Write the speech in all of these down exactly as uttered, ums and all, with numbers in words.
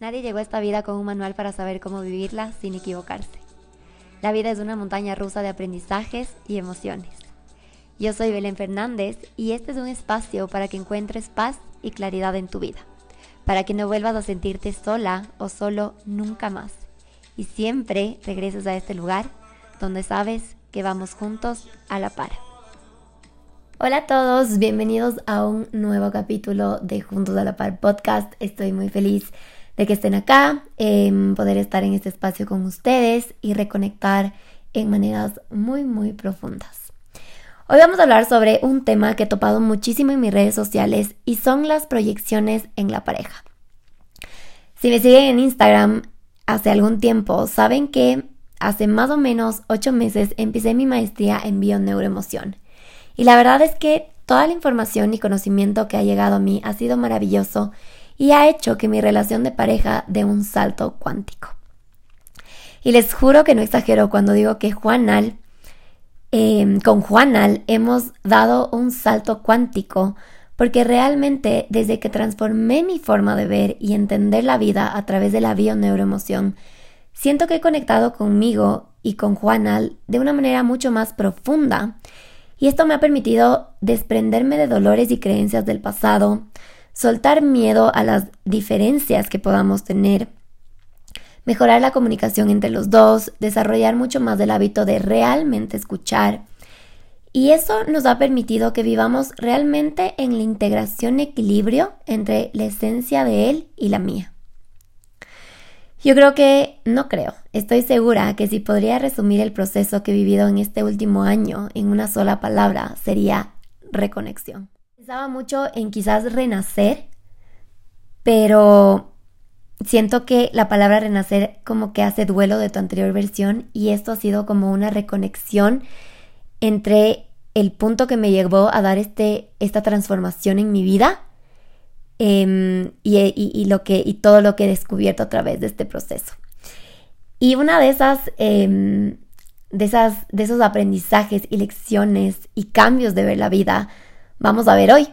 Nadie llegó a esta vida con un manual para saber cómo vivirla sin equivocarse. La vida es una montaña rusa de aprendizajes y emociones. Yo soy Belén Fernández y este es un espacio para que encuentres paz y claridad en tu vida, para que no vuelvas a sentirte sola o solo nunca más y siempre regreses a este lugar donde sabes que vamos juntos a la par. Hola a todos, bienvenidos a un nuevo capítulo de Juntos a la Par podcast. Estoy muy feliz de que estén acá, eh, poder estar en este espacio con ustedes y reconectar en maneras muy muy profundas. Hoy vamos a hablar sobre un tema que he topado muchísimo en mis redes sociales y son las proyecciones en la pareja. Si me siguen en Instagram hace algún tiempo, saben que hace más o menos ocho meses empecé mi maestría en bioneuroemoción. Y la verdad es que toda la información y conocimiento que ha llegado a mí ha sido maravilloso y ha hecho que mi relación de pareja dé un salto cuántico. Y les juro que no exagero cuando digo que Juanal, eh, con Juanal hemos dado un salto cuántico, porque realmente desde que transformé mi forma de ver y entender la vida a través de la bioneuroemoción, siento que he conectado conmigo y con Juanal de una manera mucho más profunda. Y esto me ha permitido desprenderme de dolores y creencias del pasado, soltar miedo a las diferencias que podamos tener, mejorar la comunicación entre los dos, desarrollar mucho más el hábito de realmente escuchar. Y eso nos ha permitido que vivamos realmente en la integración y equilibrio entre la esencia de él y la mía. Yo creo que, no creo, estoy segura que si podría resumir el proceso que he vivido en este último año en una sola palabra, sería reconexión. Pensaba mucho en quizás renacer, pero siento que la palabra renacer como que hace duelo de tu anterior versión y esto ha sido como una reconexión entre el punto que me llevó a dar este, esta transformación en mi vida eh, y, y, y, lo que, y todo lo que he descubierto a través de este proceso. Y una de esas, eh, de esas, de esos aprendizajes y lecciones y cambios de ver la vida vamos a ver hoy.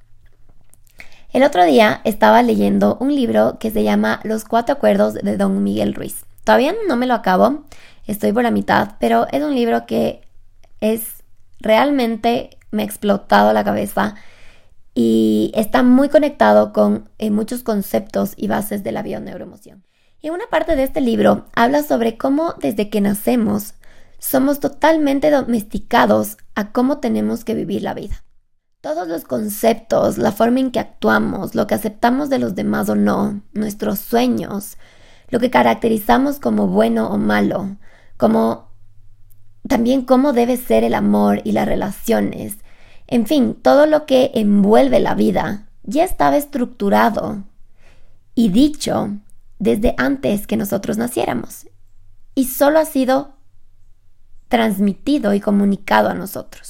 El otro día estaba leyendo un libro que se llama Los Cuatro Acuerdos de Don Miguel Ruiz. Todavía no me lo acabo, estoy por la mitad, pero es un libro que es realmente me ha explotado la cabeza y está muy conectado con eh, muchos conceptos y bases de la bioneuroemoción. Y en una parte de este libro habla sobre cómo desde que nacemos somos totalmente domesticados a cómo tenemos que vivir la vida. Todos los conceptos, la forma en que actuamos, lo que aceptamos de los demás o no, nuestros sueños, lo que caracterizamos como bueno o malo, como también cómo debe ser el amor y las relaciones, en fin, todo lo que envuelve la vida ya estaba estructurado y dicho desde antes que nosotros naciéramos y solo ha sido transmitido y comunicado a nosotros.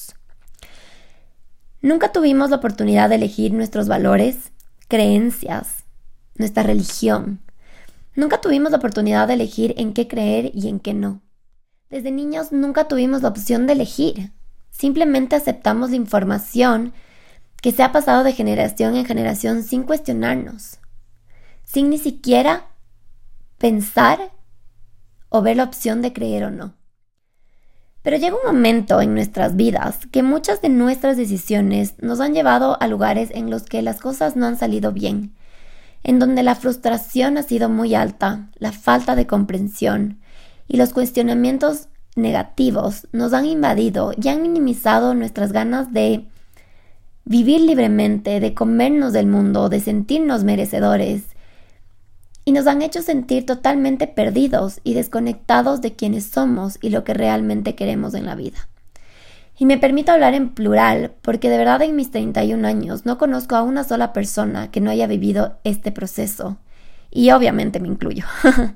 Nunca tuvimos la oportunidad de elegir nuestros valores, creencias, nuestra religión. Nunca tuvimos la oportunidad de elegir en qué creer y en qué no. Desde niños nunca tuvimos la opción de elegir. Simplemente aceptamos la información que se ha pasado de generación en generación sin cuestionarnos, sin ni siquiera pensar o ver la opción de creer o no. Pero llega un momento en nuestras vidas que muchas de nuestras decisiones nos han llevado a lugares en los que las cosas no han salido bien, en donde la frustración ha sido muy alta, la falta de comprensión y los cuestionamientos negativos nos han invadido y han minimizado nuestras ganas de vivir libremente, de comernos del mundo, de sentirnos merecedores y nos han hecho sentir totalmente perdidos y desconectados de quienes somos y lo que realmente queremos en la vida. Y me permito hablar en plural porque de verdad en mis treinta y un años no conozco a una sola persona que no haya vivido este proceso y obviamente me incluyo.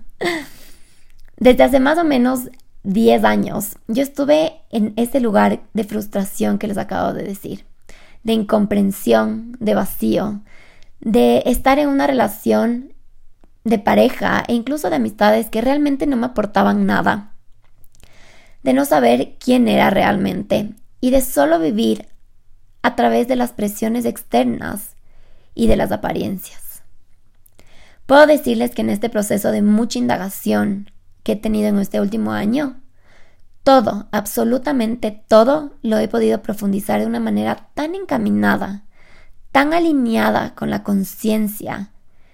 Desde hace más o menos diez años yo estuve en ese lugar de frustración que les acabo de decir, de incomprensión, de vacío, de estar en una relación de pareja e incluso de amistades que realmente no me aportaban nada, de no saber quién era realmente y de solo vivir a través de las presiones externas y de las apariencias. Puedo decirles que en este proceso de mucha indagación que he tenido en este último año, todo, absolutamente todo, lo he podido profundizar de una manera tan encaminada, tan alineada con la conciencia,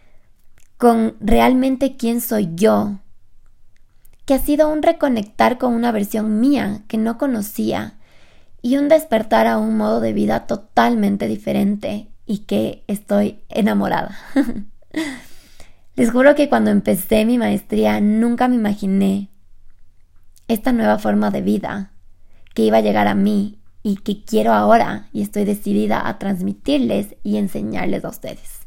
con realmente quién soy yo, que ha sido un reconectar con una versión mía que no conocía y un despertar a un modo de vida totalmente diferente y que estoy enamorada. Les juro que cuando empecé mi maestría nunca me imaginé esta nueva forma de vida que iba a llegar a mí y que quiero ahora y estoy decidida a transmitirles y enseñarles a ustedes.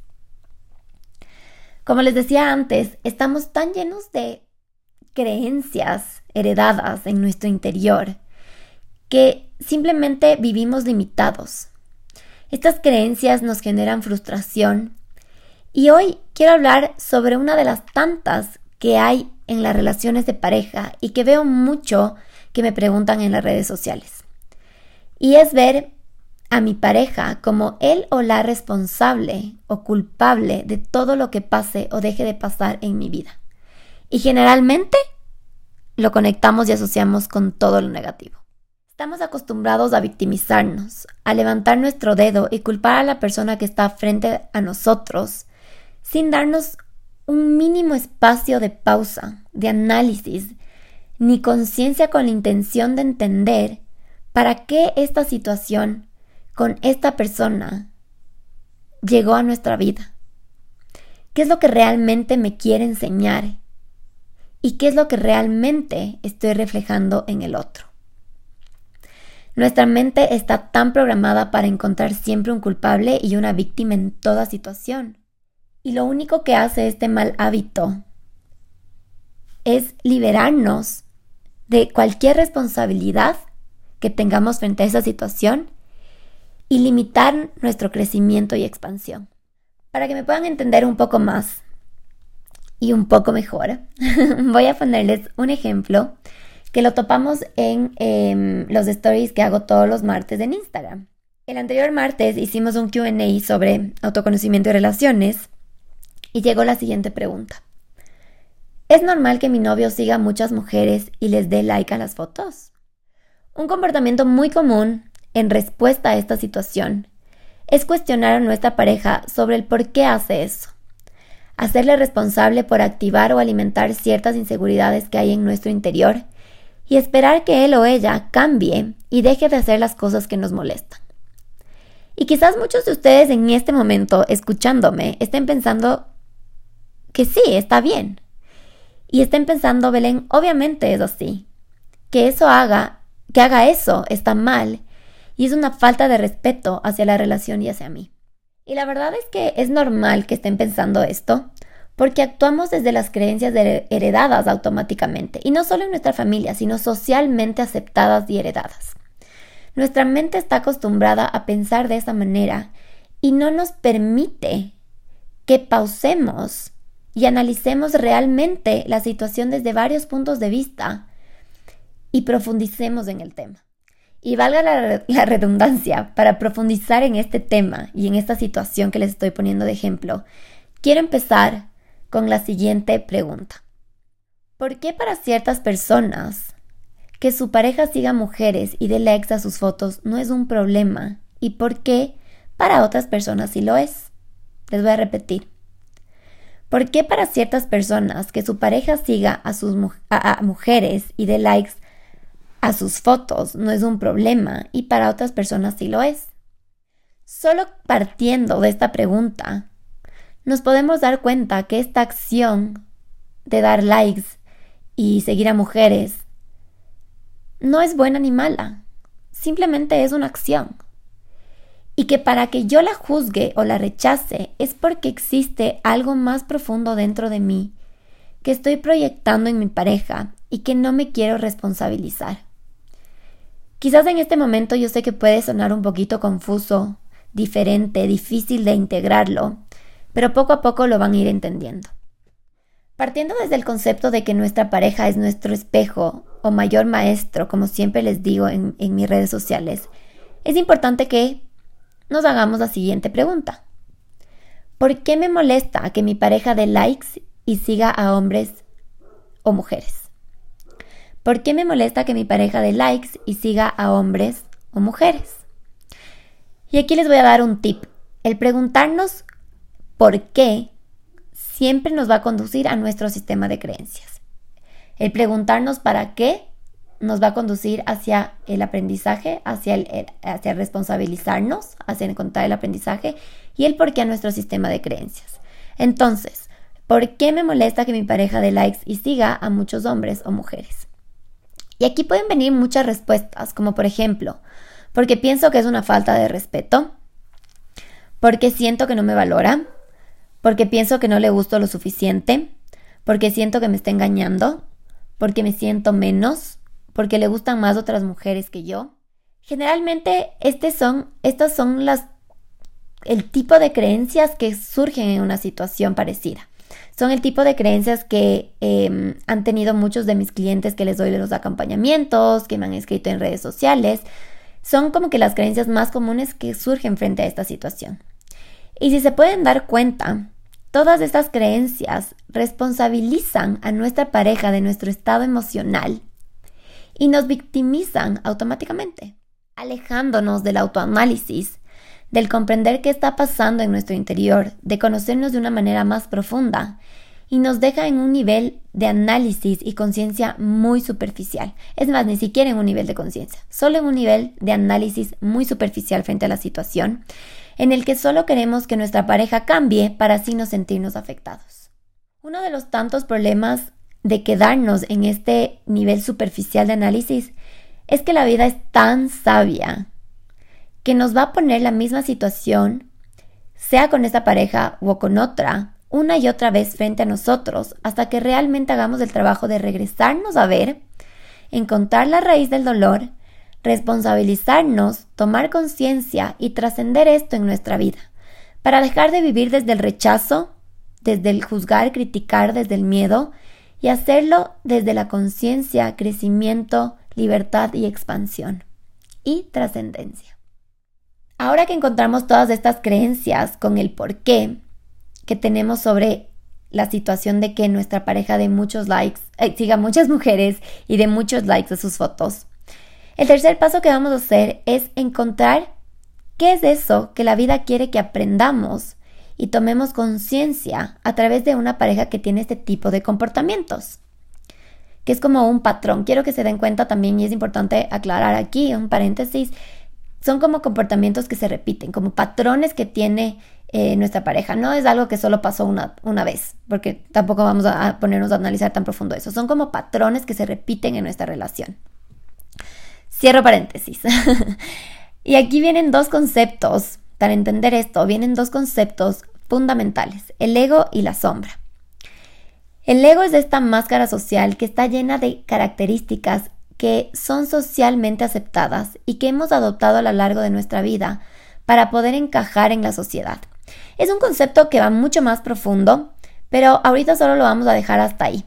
Como les decía antes, estamos tan llenos de creencias heredadas en nuestro interior que simplemente vivimos limitados. Estas creencias nos generan frustración y hoy quiero hablar sobre una de las tantas que hay en las relaciones de pareja y que veo mucho que me preguntan en las redes sociales. Y es ver a mi pareja como él o la responsable o culpable de todo lo que pase o deje de pasar en mi vida. Y generalmente lo conectamos y asociamos con todo lo negativo. Estamos acostumbrados a victimizarnos, a levantar nuestro dedo y culpar a la persona que está frente a nosotros sin darnos un mínimo espacio de pausa, de análisis, ni conciencia con la intención de entender para qué esta situación con esta persona llegó a nuestra vida. ¿Qué es lo que realmente me quiere enseñar? ¿Y qué es lo que realmente estoy reflejando en el otro? Nuestra mente está tan programada para encontrar siempre un culpable y una víctima en toda situación. Y lo único que hace este mal hábito es liberarnos de cualquier responsabilidad que tengamos frente a esa situación y limitar nuestro crecimiento y expansión. Para que me puedan entender un poco más y un poco mejor, voy a ponerles un ejemplo que lo topamos en eh, los stories que hago todos los martes en Instagram. El anterior martes hicimos un Q and A sobre autoconocimiento y relaciones y llegó la siguiente pregunta. ¿Es normal que mi novio siga a muchas mujeres y les dé like a las fotos? Un comportamiento muy común en respuesta a esta situación es cuestionar a nuestra pareja sobre el por qué hace eso. Hacerle responsable por activar o alimentar ciertas inseguridades que hay en nuestro interior y esperar que él o ella cambie y deje de hacer las cosas que nos molestan. Y quizás muchos de ustedes en este momento, escuchándome, estén pensando que sí, está bien. Y estén pensando, Belén, obviamente es así. Que eso haga, que haga eso está mal y es una falta de respeto hacia la relación y hacia mí. Y la verdad es que es normal que estén pensando esto porque actuamos desde las creencias heredadas automáticamente. Y no solo en nuestra familia, sino socialmente aceptadas y heredadas. Nuestra mente está acostumbrada a pensar de esa manera y no nos permite que pausemos y analicemos realmente la situación desde varios puntos de vista y profundicemos en el tema. Y valga la, la redundancia, para profundizar en este tema y en esta situación que les estoy poniendo de ejemplo, quiero empezar con la siguiente pregunta. ¿Por qué para ciertas personas que su pareja siga mujeres y dé likes a sus fotos no es un problema? ¿Y por qué para otras personas sí lo es? Les voy a repetir. ¿Por qué para ciertas personas que su pareja siga a sus mu- a, a mujeres y dé likes a sus fotos no es un problema y para otras personas sí lo es? Solo partiendo de esta pregunta, nos podemos dar cuenta que esta acción de dar likes y seguir a mujeres no es buena ni mala, simplemente es una acción. Y que para que yo la juzgue o la rechace es porque existe algo más profundo dentro de mí que estoy proyectando en mi pareja y que no me quiero responsabilizar. Quizás en este momento yo sé que puede sonar un poquito confuso, diferente, difícil de integrarlo, pero poco a poco lo van a ir entendiendo. Partiendo desde el concepto de que nuestra pareja es nuestro espejo o mayor maestro, como siempre les digo en, en mis redes sociales, es importante que nos hagamos la siguiente pregunta. ¿Por qué me molesta que mi pareja dé likes y siga a hombres o mujeres? ¿Por qué me molesta que mi pareja dé likes y siga a hombres o mujeres? Y aquí les voy a dar un tip. El preguntarnos por qué siempre nos va a conducir a nuestro sistema de creencias. El preguntarnos para qué nos va a conducir hacia el aprendizaje, hacia, el, el, hacia responsabilizarnos, hacia encontrar el aprendizaje y el por qué a nuestro sistema de creencias. Entonces, ¿por qué me molesta que mi pareja dé likes y siga a muchos hombres o mujeres? Y aquí pueden venir muchas respuestas, como por ejemplo, porque pienso que es una falta de respeto, porque siento que no me valora, porque pienso que no le gusto lo suficiente, porque siento que me está engañando, porque me siento menos, porque le gustan más otras mujeres que yo. Generalmente este son, estas son las, el tipo de creencias que surgen en una situación parecida. Son el tipo de creencias que eh, han tenido muchos de mis clientes que les doy los acompañamientos, que me han escrito en redes sociales. Son como que las creencias más comunes que surgen frente a esta situación. Y si se pueden dar cuenta, todas estas creencias responsabilizan a nuestra pareja de nuestro estado emocional y nos victimizan automáticamente, alejándonos del autoanálisis, del comprender qué está pasando en nuestro interior, de conocernos de una manera más profunda, y nos deja en un nivel de análisis y conciencia muy superficial. Es más, ni siquiera en un nivel de conciencia, solo en un nivel de análisis muy superficial frente a la situación, en el que solo queremos que nuestra pareja cambie para así no sentirnos afectados. Uno de los tantos problemas de quedarnos en este nivel superficial de análisis es que la vida es tan sabia que nos va a poner la misma situación, sea con esta pareja o con otra, una y otra vez frente a nosotros, hasta que realmente hagamos el trabajo de regresarnos a ver, encontrar la raíz del dolor, responsabilizarnos, tomar conciencia y trascender esto en nuestra vida, para dejar de vivir desde el rechazo, desde el juzgar, criticar, desde el miedo, y hacerlo desde la conciencia, crecimiento, libertad y expansión y trascendencia. Ahora que encontramos todas estas creencias con el porqué que tenemos sobre la situación de que nuestra pareja dé muchos likes, eh, siga muchas mujeres y dé muchos likes a sus fotos, el tercer paso que vamos a hacer es encontrar qué es eso que la vida quiere que aprendamos y tomemos conciencia a través de una pareja que tiene este tipo de comportamientos, que es como un patrón. Quiero que se den cuenta también, y es importante aclarar aquí, un paréntesis, son como comportamientos que se repiten, como patrones que tiene eh, nuestra pareja. No es algo que solo pasó una, una vez, porque tampoco vamos a ponernos a analizar tan profundo eso. Son como patrones que se repiten en nuestra relación. Cierro paréntesis. Y aquí vienen dos conceptos. Para entender esto, vienen dos conceptos fundamentales, el ego y la sombra. El ego es esta máscara social que está llena de características que son socialmente aceptadas y que hemos adoptado a lo largo de nuestra vida para poder encajar en la sociedad. Es un concepto que va mucho más profundo, pero ahorita solo lo vamos a dejar hasta ahí.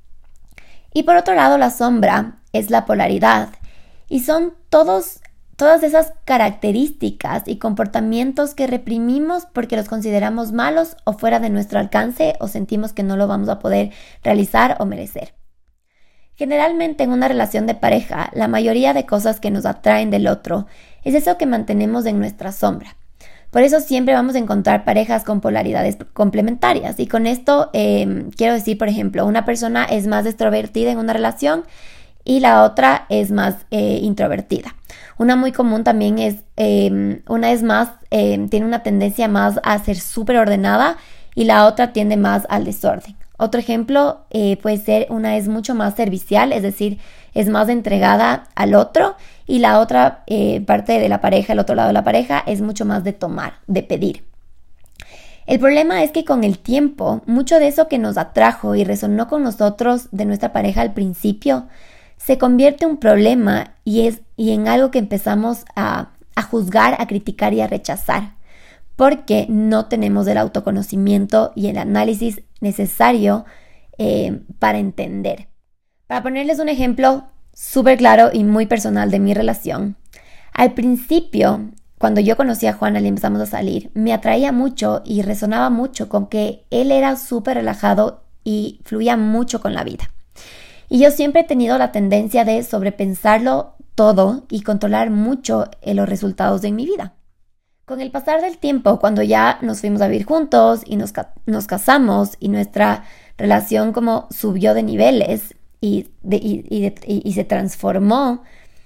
Y por otro lado, la sombra es la polaridad y son todos Todas esas características y comportamientos que reprimimos porque los consideramos malos o fuera de nuestro alcance o sentimos que no lo vamos a poder realizar o merecer. Generalmente en una relación de pareja, la mayoría de cosas que nos atraen del otro es eso que mantenemos en nuestra sombra. Por eso siempre vamos a encontrar parejas con polaridades complementarias. Y con esto eh, quiero decir, por ejemplo, una persona es más extrovertida en una relación y la otra es más eh, introvertida. Una muy común también es, eh, una es más, eh, tiene una tendencia más a ser súper ordenada y la otra tiende más al desorden. Otro ejemplo eh, puede ser, una es mucho más servicial, es decir, es más entregada al otro, y la otra eh, parte de la pareja, el otro lado de la pareja, es mucho más de tomar, de pedir. El problema es que con el tiempo, mucho de eso que nos atrajo y resonó con nosotros de nuestra pareja al principio, se convierte en un problema y, es, y en algo que empezamos a, a juzgar, a criticar y a rechazar, porque no tenemos el autoconocimiento y el análisis necesario eh, para entender. Para ponerles un ejemplo súper claro y muy personal de mi relación, al principio cuando yo conocí a Juanal y empezamos a salir, me atraía mucho y resonaba mucho con que él era súper relajado y fluía mucho con la vida. Y yo siempre he tenido la tendencia de sobrepensarlo todo y controlar mucho los resultados de mi vida. Con el pasar del tiempo, cuando ya nos fuimos a vivir juntos y nos, nos casamos y nuestra relación como subió de niveles y, de, y, y, de, y, y se transformó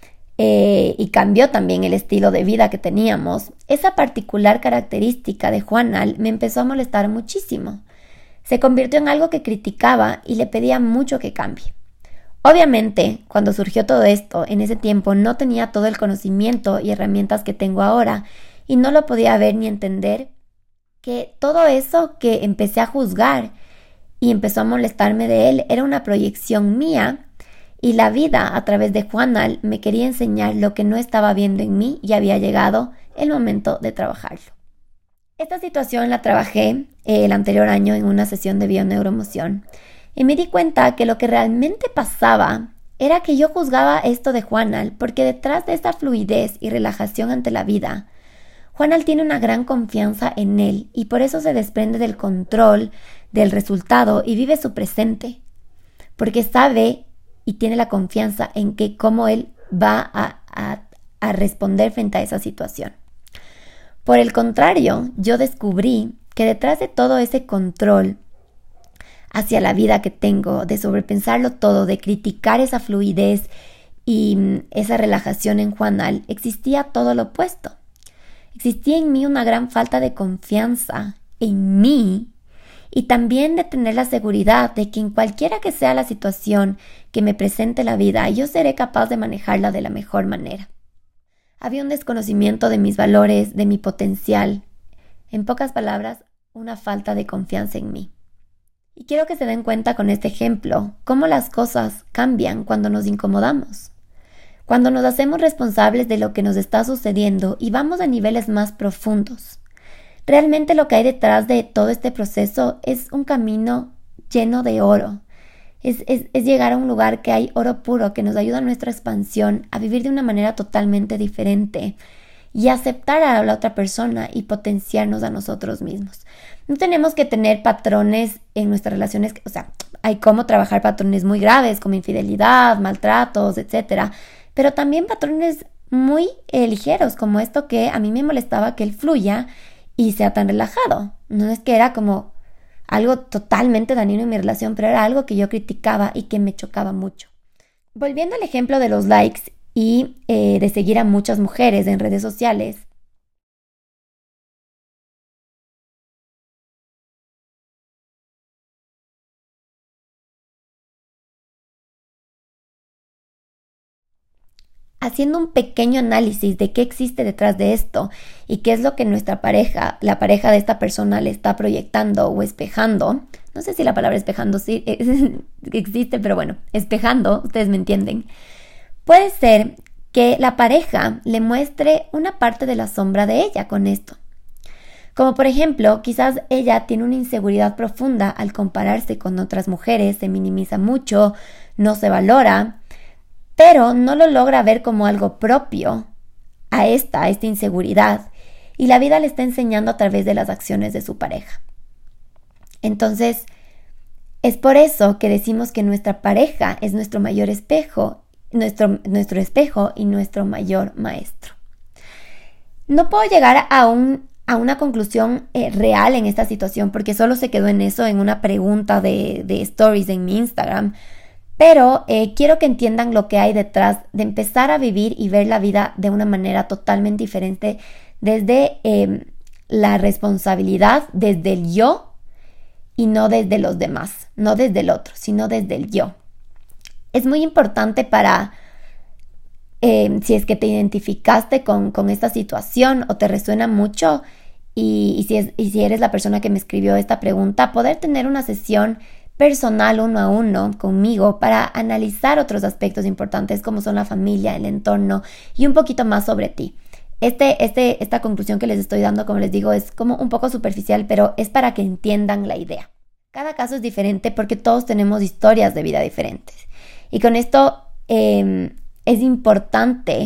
eh, y cambió también el estilo de vida que teníamos, esa particular característica de Juanal me empezó a molestar muchísimo. Se convirtió en algo que criticaba y le pedía mucho que cambie. Obviamente, cuando surgió todo esto, en ese tiempo no tenía todo el conocimiento y herramientas que tengo ahora y no lo podía ver ni entender que todo eso que empecé a juzgar y empezó a molestarme de él era una proyección mía y la vida a través de Juanal me quería enseñar lo que no estaba viendo en mí y había llegado el momento de trabajarlo. Esta situación la trabajé el anterior año en una sesión de bioneuroemoción y me di cuenta que lo que realmente pasaba era que yo juzgaba esto de Juanal porque detrás de esta fluidez y relajación ante la vida, Juanal tiene una gran confianza en él y por eso se desprende del control del resultado y vive su presente, porque sabe y tiene la confianza en que cómo él va a, a, a responder frente a esa situación. Por el contrario, yo descubrí que detrás de todo ese control hacia la vida que tengo, de sobrepensarlo todo, de criticar esa fluidez y esa relajación en Juanal, existía todo lo opuesto. Existía en mí una gran falta de confianza en mí y también de tener la seguridad de que en cualquiera que sea la situación que me presente la vida, yo seré capaz de manejarla de la mejor manera. Había un desconocimiento de mis valores, de mi potencial. En pocas palabras, una falta de confianza en mí. Y quiero que se den cuenta con este ejemplo cómo las cosas cambian cuando nos incomodamos. Cuando nos hacemos responsables de lo que nos está sucediendo y vamos a niveles más profundos. Realmente lo que hay detrás de todo este proceso es un camino lleno de oro. Es, es, es llegar a un lugar que hay oro puro que nos ayuda a nuestra expansión, a vivir de una manera totalmente diferente y aceptar a la otra persona y potenciarnos a nosotros mismos. No tenemos que tener patrones en nuestras relaciones, o sea, hay cómo trabajar patrones muy graves como infidelidad, maltratos, etcétera, pero también patrones muy eh, ligeros como esto que a mí me molestaba que él fluya y sea tan relajado. No es que era como algo totalmente dañino en mi relación, pero era algo que yo criticaba y que me chocaba mucho. Volviendo al ejemplo de los likes y eh, de seguir a muchas mujeres en redes sociales, haciendo un pequeño análisis de qué existe detrás de esto y qué es lo que nuestra pareja, la pareja de esta persona le está proyectando o espejando. No sé si la palabra espejando sí existe, pero bueno, espejando, ustedes me entienden. Puede ser que la pareja le muestre una parte de la sombra de ella con esto. Como por ejemplo, quizás ella tiene una inseguridad profunda al compararse con otras mujeres, se minimiza mucho, no se valora, pero no lo logra ver como algo propio a esta, a esta inseguridad, y la vida le está enseñando a través de las acciones de su pareja. Entonces, es por eso que decimos que nuestra pareja es nuestro mayor espejo, nuestro, nuestro espejo y nuestro mayor maestro. No puedo llegar a, un, a una conclusión eh, real en esta situación porque solo se quedó en eso, en una pregunta de, de stories en mi Instagram. Pero eh, quiero que entiendan lo que hay detrás de empezar a vivir y ver la vida de una manera totalmente diferente desde eh, la responsabilidad, desde el yo y no desde los demás, no desde el otro, sino desde el yo. Es muy importante para, eh, si es que te identificaste con, con esta situación o te resuena mucho y, y, si es, y si eres la persona que me escribió esta pregunta, poder tener una sesión personal uno a uno conmigo para analizar otros aspectos importantes como son la familia, el entorno y un poquito más sobre ti. Este, este, esta conclusión que les estoy dando, como les digo, es como un poco superficial, pero es para que entiendan la idea. Cada caso es diferente porque todos tenemos historias de vida diferentes. Y con esto eh, es importante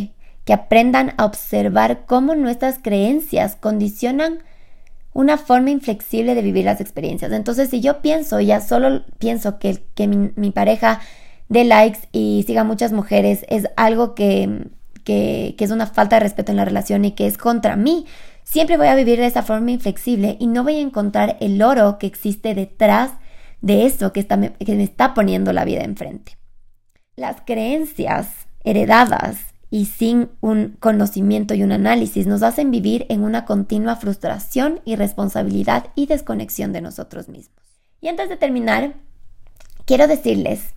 que aprendan a observar cómo nuestras creencias condicionan una forma inflexible de vivir las experiencias. Entonces, si yo pienso, ya solo pienso que, que mi, mi pareja dé likes y siga muchas mujeres, es algo que, que, que es una falta de respeto en la relación y que es contra mí, siempre voy a vivir de esa forma inflexible y no voy a encontrar el oro que existe detrás de eso que, está, que me está poniendo la vida enfrente. Las creencias heredadas y sin un conocimiento y un análisis nos hacen vivir en una continua frustración, irresponsabilidad y desconexión de nosotros mismos. Y antes de terminar, quiero decirles,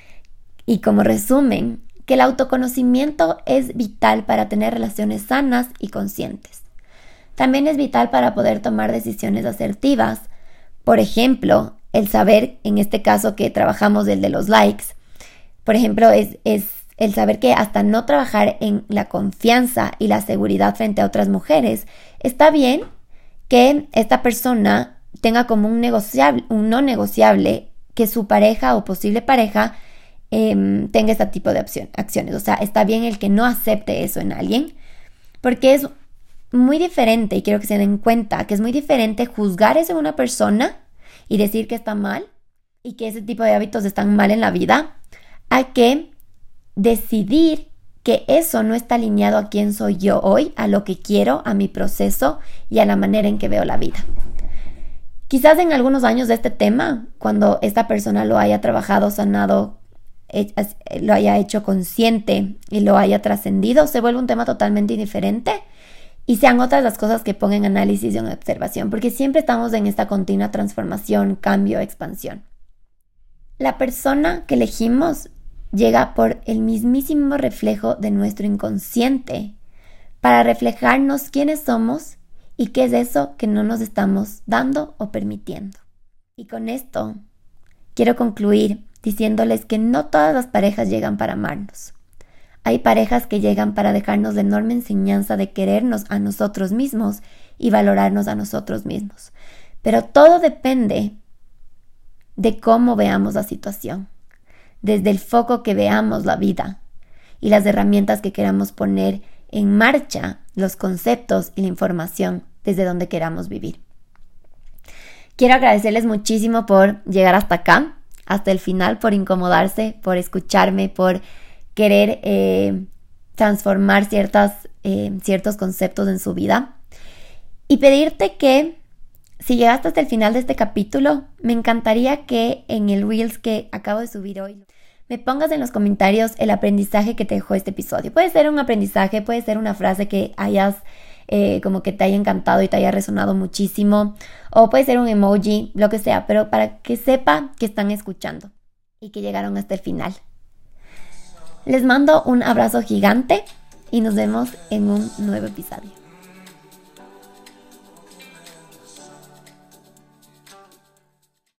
y como resumen, que el autoconocimiento es vital para tener relaciones sanas y conscientes. También es vital para poder tomar decisiones asertivas. Por ejemplo, el saber, en este caso que trabajamos el de los likes, por ejemplo, es, es el saber que hasta no trabajar en la confianza y la seguridad frente a otras mujeres, está bien que esta persona tenga como un negociable, un no negociable, que su pareja o posible pareja eh, tenga este tipo de acción, acciones. O sea, está bien el que no acepte eso en alguien, porque es muy diferente, y quiero que se den cuenta que es muy diferente juzgar eso en una persona y decir que está mal y que ese tipo de hábitos están mal en la vida, a que decidir que eso no está alineado a quién soy yo hoy, a lo que quiero, a mi proceso y a la manera en que veo la vida. Quizás en algunos años de este tema, cuando esta persona lo haya trabajado, sanado, lo haya hecho consciente y lo haya trascendido, se vuelve un tema totalmente diferente y sean otras las cosas que pongan análisis y en observación, porque siempre estamos en esta continua transformación, cambio, expansión. La persona que elegimos llega por el mismísimo reflejo de nuestro inconsciente para reflejarnos quiénes somos y qué es eso que no nos estamos dando o permitiendo. Y con esto quiero concluir diciéndoles que no todas las parejas llegan para amarnos. Hay parejas que llegan para dejarnos la enorme enseñanza de querernos a nosotros mismos y valorarnos a nosotros mismos. Pero todo depende de cómo veamos la situación, desde el foco que veamos la vida y las herramientas que queramos poner en marcha, los conceptos y la información desde donde queramos vivir. Quiero agradecerles muchísimo por llegar hasta acá, hasta el final, por incomodarse, por escucharme, por querer eh, transformar ciertas, eh, ciertos conceptos en su vida. Y pedirte que, si llegaste hasta el final de este capítulo, me encantaría que en el Reels que acabo de subir hoy, me pongas en los comentarios el aprendizaje que te dejó este episodio. Puede ser un aprendizaje, puede ser una frase que hayas, eh, como que te haya encantado y te haya resonado muchísimo, o puede ser un emoji, lo que sea, pero para que sepa que están escuchando y que llegaron hasta el final. Les mando un abrazo gigante y nos vemos en un nuevo episodio.